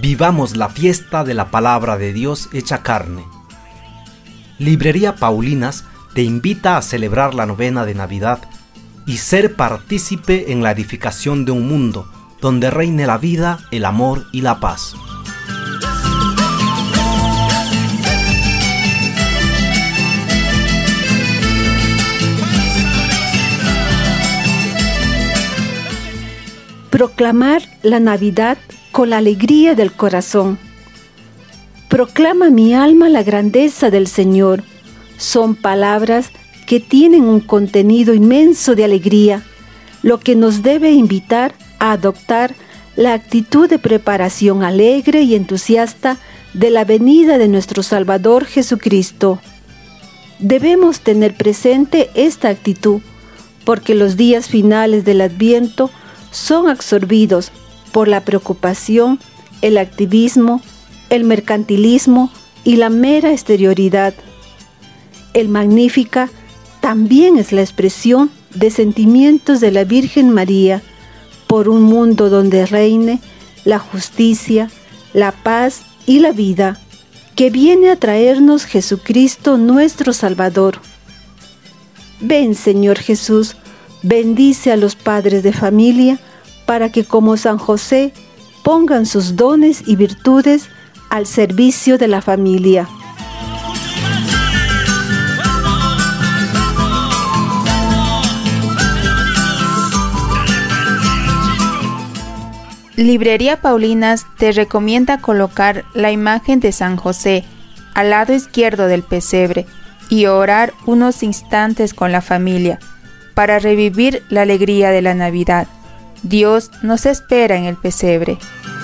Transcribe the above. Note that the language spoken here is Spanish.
Vivamos la fiesta de la palabra de Dios hecha carne. Librería Paulinas te invita a celebrar la novena de Navidad y ser partícipe en la edificación de un mundo donde reine la vida, el amor y la paz. Proclamar la Navidad con la alegría del corazón. Proclama mi alma la grandeza del Señor. Son palabras que tienen un contenido inmenso de alegría, lo que nos debe invitar a adoptar la actitud de preparación alegre y entusiasta de la venida de nuestro Salvador Jesucristo. Debemos tener presente esta actitud, porque los días finales del Adviento son absorbidos por la preocupación, el activismo, el mercantilismo y la mera exterioridad. El Magníficat también es la expresión de sentimientos de la Virgen María por un mundo donde reine la justicia, la paz y la vida, que viene a traernos Jesucristo nuestro Salvador. Ven, Señor Jesús, bendice a los padres de familia para que, como San José, pongan sus dones y virtudes al servicio de la familia. Librería Paulinas te recomienda colocar la imagen de San José al lado izquierdo del pesebre y orar unos instantes con la familia para revivir la alegría de la Navidad. Dios nos espera en el pesebre.